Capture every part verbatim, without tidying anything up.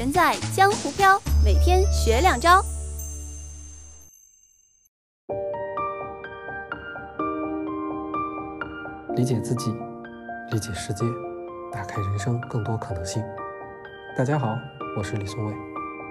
人在江湖飘，每天学两招。 理解自己，理解世界，打开人生更多可能性。大家好，我是李松蔚。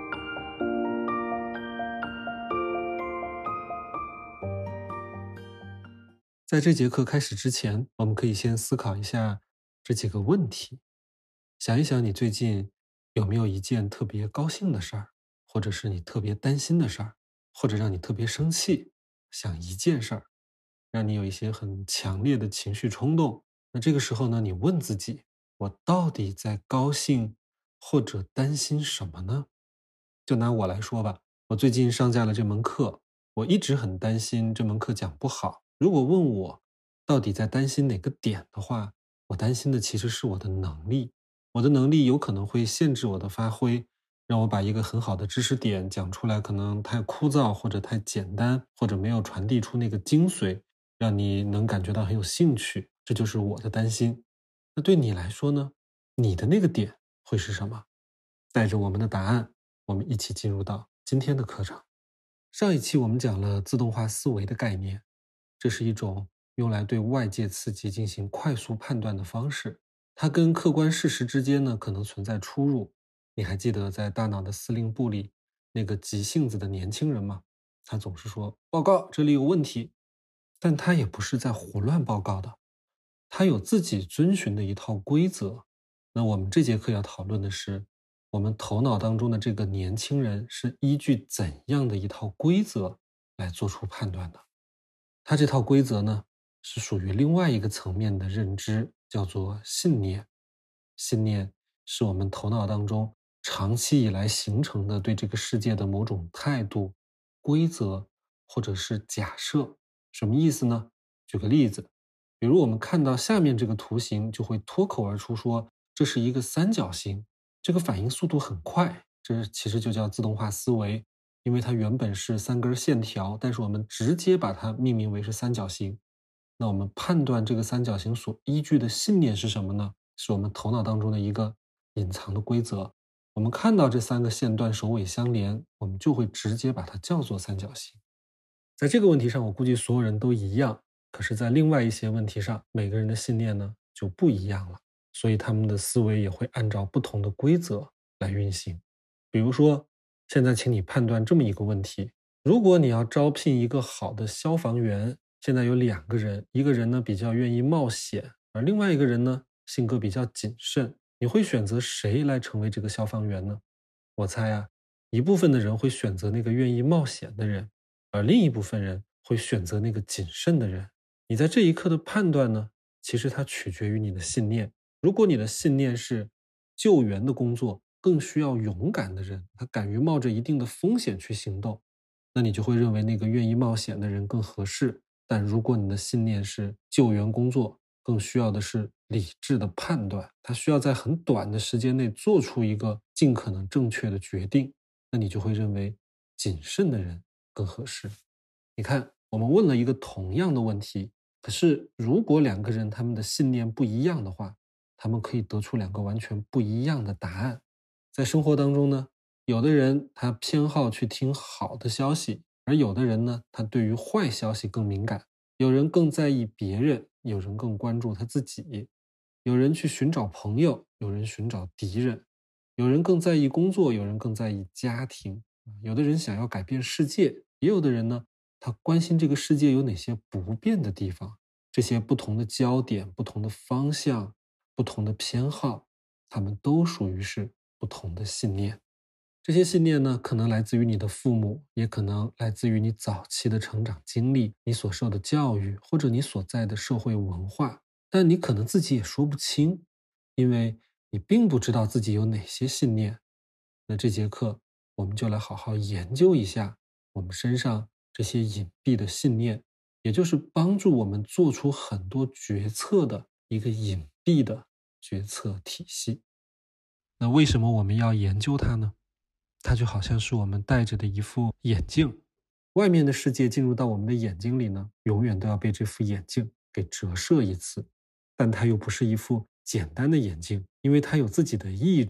在这节课开始之前，我们可以先思考一下这几个问题。想一想你最近有没有一件特别高兴的事儿，或者是你特别担心的事儿，或者让你特别生气，想一件事儿，让你有一些很强烈的情绪冲动。那这个时候呢，你问自己，我到底在高兴或者担心什么呢？就拿我来说吧，我最近上架了这门课，我一直很担心这门课讲不好。如果问我到底在担心哪个点的话，我担心的其实是我的能力。我的能力有可能会限制我的发挥，让我把一个很好的知识点讲出来可能太枯燥，或者太简单，或者没有传递出那个精髓，让你能感觉到很有兴趣，这就是我的担心。那对你来说呢？你的那个点会是什么？带着我们的答案，我们一起进入到今天的课程。上一期我们讲了自动化思维的概念，这是一种用来对外界刺激进行快速判断的方式。它跟客观事实之间呢，可能存在出入。你还记得在大脑的司令部里那个急性子的年轻人吗？他总是说报告这里有问题，但他也不是在胡乱报告的，他有自己遵循的一套规则。那我们这节课要讨论的是，我们头脑当中的这个年轻人是依据怎样的一套规则来做出判断的。他这套规则呢，是属于另外一个层面的认知，叫做信念。信念是我们头脑当中长期以来形成的对这个世界的某种态度、规则或者是假设。什么意思呢？举个例子，比如我们看到下面这个图形，就会脱口而出说这是一个三角形。这个反应速度很快，这其实就叫自动化思维。因为它原本是三根线条，但是我们直接把它命名为是三角形。那我们判断这个三角形所依据的信念是什么呢？是我们头脑当中的一个隐藏的规则。我们看到这三个线段首尾相连，我们就会直接把它叫做三角形。在这个问题上，我估计所有人都一样，可是在另外一些问题上，每个人的信念呢就不一样了，所以他们的思维也会按照不同的规则来运行。比如说，现在请你判断这么一个问题，如果你要招聘一个好的消防员，现在有两个人，一个人呢比较愿意冒险，而另外一个人呢性格比较谨慎，你会选择谁来成为这个消防员呢？我猜啊，一部分的人会选择那个愿意冒险的人，而另一部分人会选择那个谨慎的人。你在这一刻的判断呢，其实它取决于你的信念。如果你的信念是救援的工作更需要勇敢的人，他敢于冒着一定的风险去行动，那你就会认为那个愿意冒险的人更合适。但如果你的信念是救援工作更需要的是理智的判断，他需要在很短的时间内做出一个尽可能正确的决定，那你就会认为谨慎的人更合适。你看，我们问了一个同样的问题，可是如果两个人他们的信念不一样的话，他们可以得出两个完全不一样的答案。在生活当中呢，有的人他偏好去听好的消息，而有的人呢，他对于坏消息更敏感。有人更在意别人，有人更关注他自己。有人去寻找朋友，有人寻找敌人。有人更在意工作，有人更在意家庭。有的人想要改变世界，也有的人呢，他关心这个世界有哪些不变的地方。这些不同的焦点、不同的方向、不同的偏好，他们都属于是不同的信念。这些信念呢，可能来自于你的父母，也可能来自于你早期的成长经历，你所受的教育，或者你所在的社会文化。但你可能自己也说不清，因为你并不知道自己有哪些信念。那这节课我们就来好好研究一下我们身上这些隐蔽的信念，也就是帮助我们做出很多决策的一个隐蔽的决策体系。那为什么我们要研究它呢？它就好像是我们戴着的一副眼镜，外面的世界进入到我们的眼睛里呢，永远都要被这副眼镜给折射一次。但它又不是一副简单的眼镜，因为它有自己的意志，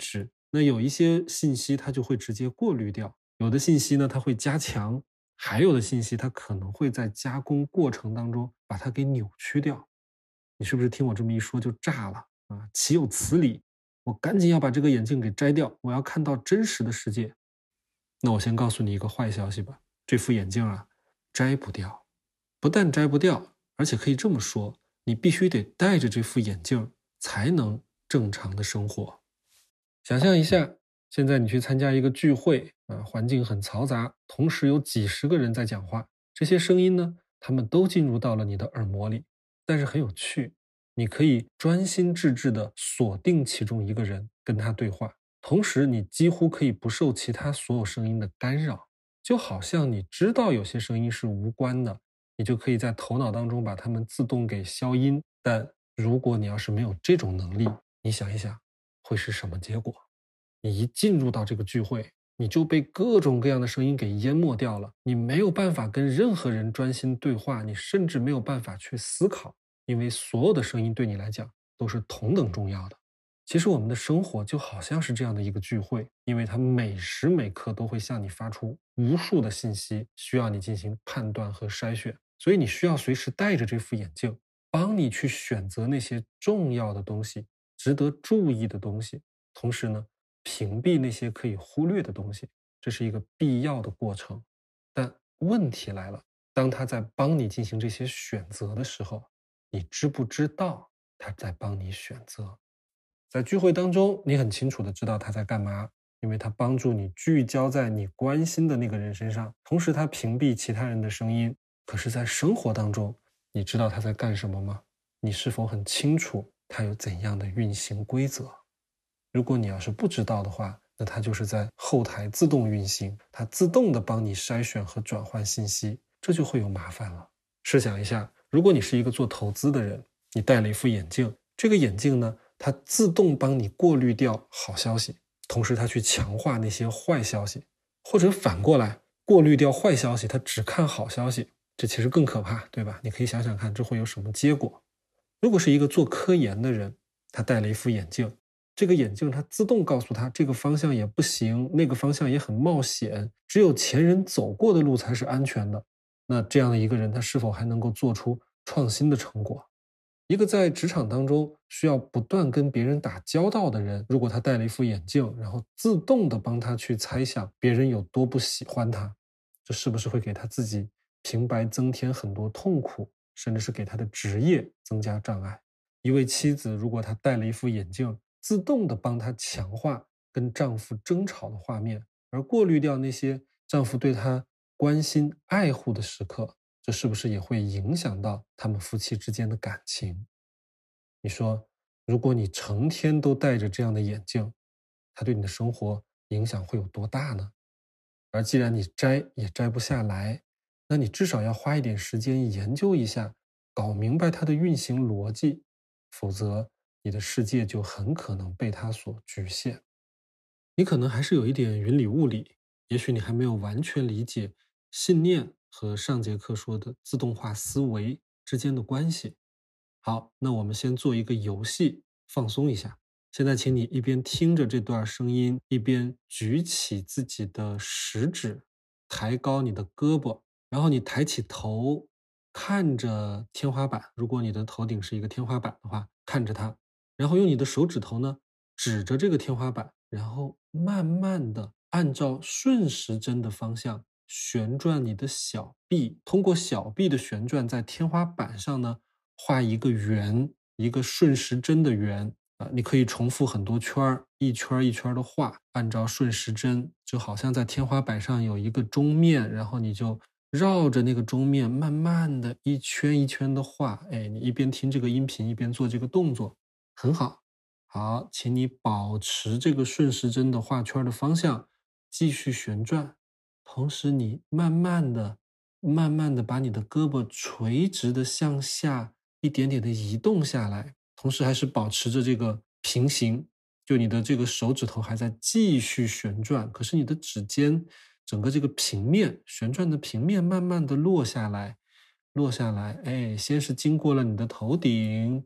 那有一些信息它就会直接过滤掉，有的信息呢它会加强，还有的信息它可能会在加工过程当中把它给扭曲掉。你是不是听我这么一说就炸了啊？岂有此理！我赶紧要把这个眼镜给摘掉，我要看到真实的世界。那我先告诉你一个坏消息吧，这副眼镜啊，摘不掉。不但摘不掉，而且可以这么说，你必须得戴着这副眼镜才能正常的生活。想象一下，现在你去参加一个聚会啊，环境很嘈杂，同时有几十个人在讲话，这些声音呢，他们都进入到了你的耳膜里。但是很有趣，你可以专心致志地锁定其中一个人，跟他对话，同时你几乎可以不受其他所有声音的干扰，就好像你知道有些声音是无关的，你就可以在头脑当中把它们自动给消音。但如果你要是没有这种能力，你想一想会是什么结果？你一进入到这个聚会，你就被各种各样的声音给淹没掉了，你没有办法跟任何人专心对话，你甚至没有办法去思考，因为所有的声音对你来讲都是同等重要的。其实我们的生活就好像是这样的一个聚会，因为它每时每刻都会向你发出无数的信息，需要你进行判断和筛选，所以你需要随时带着这副眼镜，帮你去选择那些重要的东西，值得注意的东西，同时呢，屏蔽那些可以忽略的东西，这是一个必要的过程。但问题来了，当他在帮你进行这些选择的时候，你知不知道他在帮你选择？在聚会当中，你很清楚的知道他在干嘛，因为他帮助你聚焦在你关心的那个人身上，同时他屏蔽其他人的声音。可是在生活当中，你知道他在干什么吗？你是否很清楚他有怎样的运行规则？如果你要是不知道的话，那它就是在后台自动运行，它自动的帮你筛选和转换信息，这就会有麻烦了。试想一下，如果你是一个做投资的人，你戴了一副眼镜，这个眼镜呢，它自动帮你过滤掉好消息，同时它去强化那些坏消息，或者反过来过滤掉坏消息，它只看好消息，这其实更可怕，对吧？你可以想想看，这会有什么结果？如果是一个做科研的人，他戴了一副眼镜，这个眼镜它自动告诉他这个方向也不行，那个方向也很冒险，只有前人走过的路才是安全的。那这样的一个人，他是否还能够做出创新的成果？一个在职场当中需要不断跟别人打交道的人，如果他戴了一副眼镜，然后自动的帮他去猜想别人有多不喜欢他，这是不是会给他自己平白增添很多痛苦，甚至是给他的职业增加障碍？一位妻子如果她戴了一副眼镜，自动的帮她强化跟丈夫争吵的画面，而过滤掉那些丈夫对她关心爱护的时刻，这是不是也会影响到他们夫妻之间的感情？你说，如果你成天都戴着这样的眼镜，它对你的生活影响会有多大呢？而既然你摘也摘不下来，那你至少要花一点时间研究一下，搞明白它的运行逻辑，否则你的世界就很可能被它所局限。你可能还是有一点云里雾里，也许你还没有完全理解信念和上节课说的自动化思维之间的关系。好，那我们先做一个游戏，放松一下。现在请你一边听着这段声音，一边举起自己的食指，抬高你的胳膊，然后你抬起头，看着天花板。如果你的头顶是一个天花板的话，看着它，然后用你的手指头呢，指着这个天花板，然后慢慢的按照顺时针的方向旋转你的小臂，通过小臂的旋转，在天花板上呢画一个圆，一个顺时针的圆啊，你可以重复很多圈，一圈一圈的画，按照顺时针，就好像在天花板上有一个钟面，然后你就绕着那个钟面慢慢的一圈一圈的画。哎，你一边听这个音频一边做这个动作，很好。好，请你保持这个顺时针的画圈的方向，继续旋转，同时你慢慢的慢慢的把你的胳膊垂直的向下一点点的移动下来，同时还是保持着这个平行，就你的这个手指头还在继续旋转，可是你的指尖整个这个平面旋转的平面慢慢的落下来，落下来，哎，先是经过了你的头顶，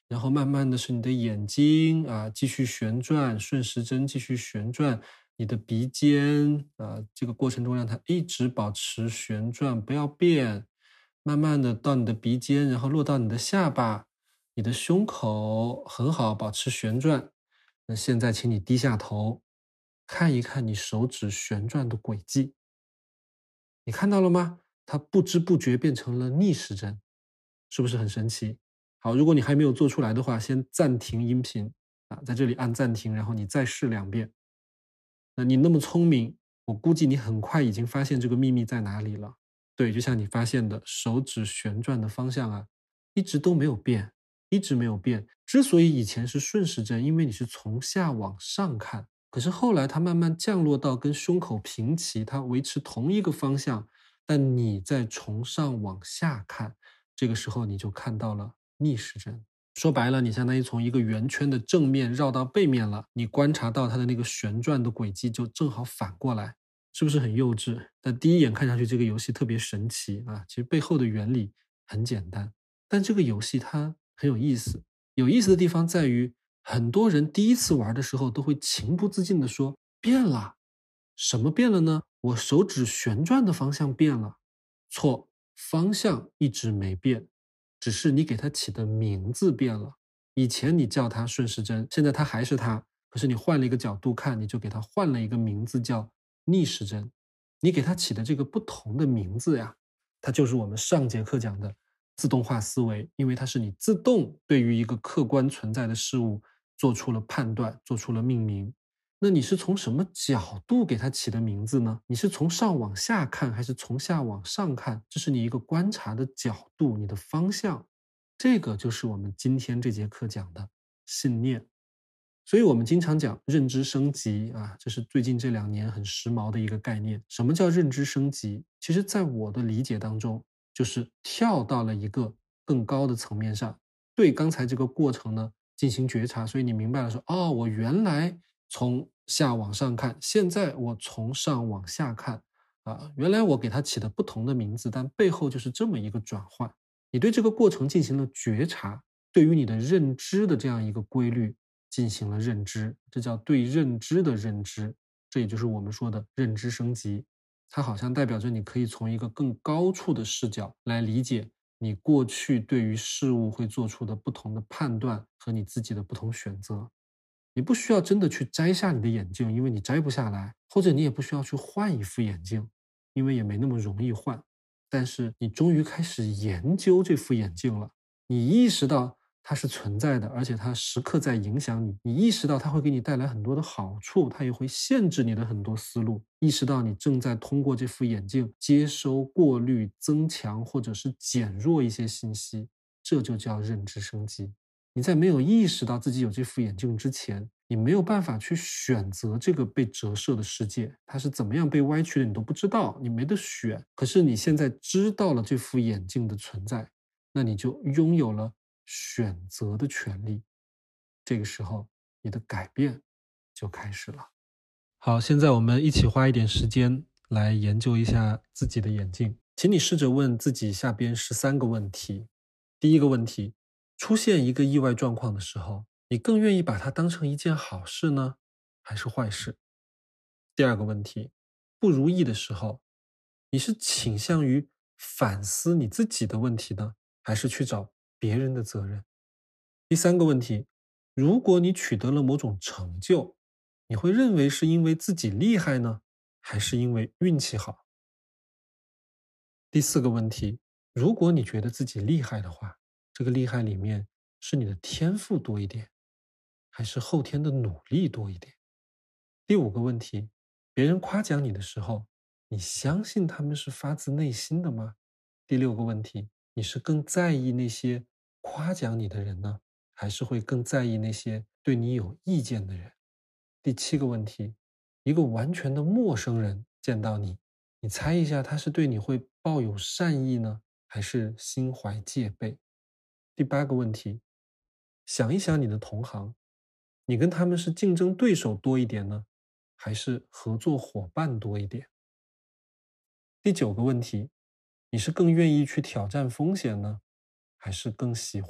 然后慢慢的是你的眼睛啊继续旋转，顺时针继续旋转，你的鼻尖啊，这个过程中让它一直保持旋转，不要变。慢慢的到你的鼻尖，然后落到你的下巴，你的胸口很好，保持旋转。那现在请你低下头，看一看你手指旋转的轨迹，你看到了吗？它不知不觉变成了逆时针，是不是很神奇？好，如果你还没有做出来的话，先暂停音频啊，在这里按暂停，然后你再试两遍。那你那么聪明，我估计你很快已经发现这个秘密在哪里了。对，就像你发现的，手指旋转的方向啊，一直都没有变，一直没有变。之所以以前是顺时针，因为你是从下往上看，可是后来它慢慢降落到跟胸口平齐，它维持同一个方向，但你在从上往下看，这个时候你就看到了逆时针。说白了，你相当于从一个圆圈的正面绕到背面了，你观察到它的那个旋转的轨迹就正好反过来，是不是很幼稚？但第一眼看上去这个游戏特别神奇啊，其实背后的原理很简单，但这个游戏它很有意思。有意思的地方在于，很多人第一次玩的时候都会情不自禁地说变了，什么变了呢？我手指旋转的方向变了。错，方向一直没变，只是你给它起的名字变了。以前你叫它顺时针，现在它还是它，可是你换了一个角度看，你就给它换了一个名字叫逆时针。你给它起的这个不同的名字呀，它就是我们上节课讲的自动化思维，因为它是你自动对于一个客观存在的事物做出了判断，做出了命名。那你是从什么角度给它起的名字呢？你是从上往下看，还是从下往上看？这是你一个观察的角度，你的方向。这个就是我们今天这节课讲的信念。所以我们经常讲认知升级啊，这是最近这两年很时髦的一个概念。什么叫认知升级？其实在我的理解当中，就是跳到了一个更高的层面上，对刚才这个过程呢进行觉察。所以你明白了说，哦，我原来从下往上看，现在我从上往下看啊，原来我给它起的不同的名字，但背后就是这么一个转换。你对这个过程进行了觉察，对于你的认知的这样一个规律进行了认知，这叫对认知的认知，这也就是我们说的认知升级。它好像代表着你可以从一个更高处的视角来理解你过去对于事物会做出的不同的判断和你自己的不同选择。你不需要真的去摘下你的眼镜，因为你摘不下来，或者你也不需要去换一副眼镜，因为也没那么容易换。但是你终于开始研究这副眼镜了，你意识到它是存在的，而且它时刻在影响你。你意识到它会给你带来很多的好处，它也会限制你的很多思路。意识到你正在通过这副眼镜接收、过滤、增强或者是减弱一些信息，这就叫认知升级。你在没有意识到自己有这副眼镜之前，你没有办法去选择这个被折射的世界，它是怎么样被歪曲的你都不知道，你没得选。可是你现在知道了这副眼镜的存在，那你就拥有了选择的权利。这个时候，你的改变就开始了。好，现在我们一起花一点时间来研究一下自己的眼镜。请你试着问自己下边十三个问题。第一个问题，出现一个意外状况的时候，你更愿意把它当成一件好事呢，还是坏事？第二个问题，不如意的时候，你是倾向于反思你自己的问题呢，还是去找别人的责任？第三个问题，如果你取得了某种成就，你会认为是因为自己厉害呢，还是因为运气好？第四个问题，如果你觉得自己厉害的话，这个厉害里面是你的天赋多一点，还是后天的努力多一点？第五个问题，别人夸奖你的时候，你相信他们是发自内心的吗？第六个问题，你是更在意那些夸奖你的人呢，还是会更在意那些对你有意见的人？第七个问题，一个完全的陌生人见到你，你猜一下他是对你会抱有善意呢，还是心怀戒备？第八个问题，想一想你的同行，你跟他们是竞争对手多一点呢，还是合作伙伴多一点？第九个问题，你是更愿意去挑战风险呢，还是更喜欢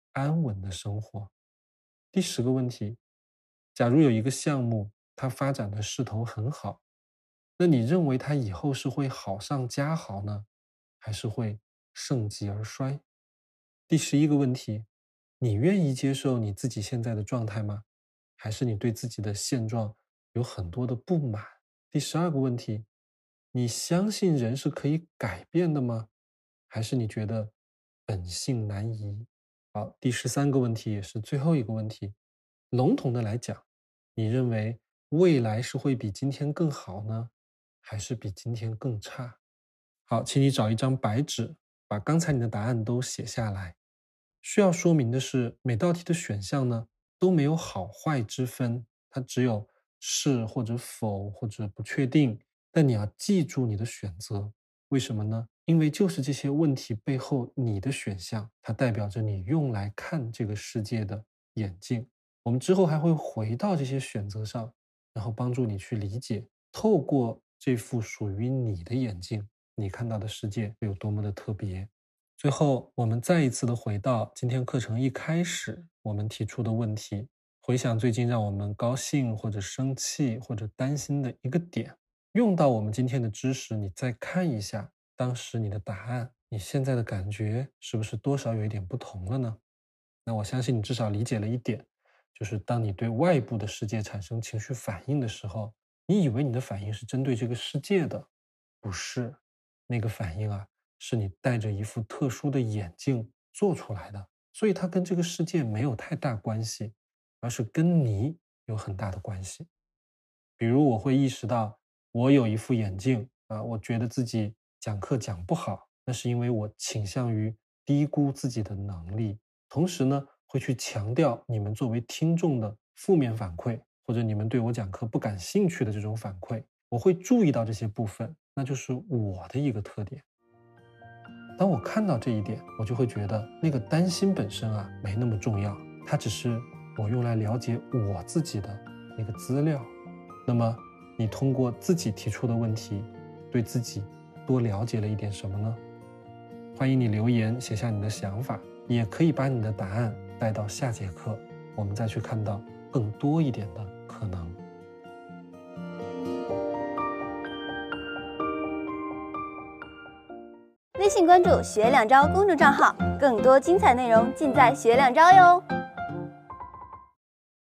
安稳的生活？第十个问题，假如有一个项目它发展的势头很好，那你认为它以后是会好上加好呢，还是会盛极而衰？第十一个问题，你愿意接受你自己现在的状态吗？还是你对自己的现状有很多的不满？第十二个问题，你相信人是可以改变的吗？还是你觉得本性难移？好，第十三个问题也是最后一个问题，笼统的来讲，你认为未来是会比今天更好呢，还是比今天更差？好，请你找一张白纸，把刚才你的答案都写下来。需要说明的是，每道题的选项呢都没有好坏之分，它只有是或者否或者不确定。但你要记住你的选择，为什么呢？因为就是这些问题背后你的选项，它代表着你用来看这个世界的眼镜。我们之后还会回到这些选择上，然后帮助你去理解，透过这副属于你的眼镜，你看到的世界有多么的特别。最后，我们再一次的回到今天课程一开始我们提出的问题，回想最近让我们高兴或者生气或者担心的一个点，用到我们今天的知识，你再看一下当时你的答案，你现在的感觉是不是多少有一点不同了呢？那我相信你至少理解了一点，就是当你对外部的世界产生情绪反应的时候，你以为你的反应是针对这个世界的，不是，那个反应啊，是你戴着一副特殊的眼镜做出来的，所以它跟这个世界没有太大关系，而是跟你有很大的关系。比如我会意识到我有一副眼镜啊，我觉得自己讲课讲不好，那是因为我倾向于低估自己的能力，同时呢，会去强调你们作为听众的负面反馈，或者你们对我讲课不感兴趣的这种反馈，我会注意到这些部分，那就是我的一个特点。当我看到这一点，我就会觉得那个担心本身啊没那么重要，它只是我用来了解我自己的那个资料。那么你通过自己提出的问题，对自己多了解了一点什么呢？欢迎你留言写下你的想法，也可以把你的答案带到下节课，我们再去看到更多一点的可能。 微信关注学两招公众账号，更多精彩内容尽在学两招哟。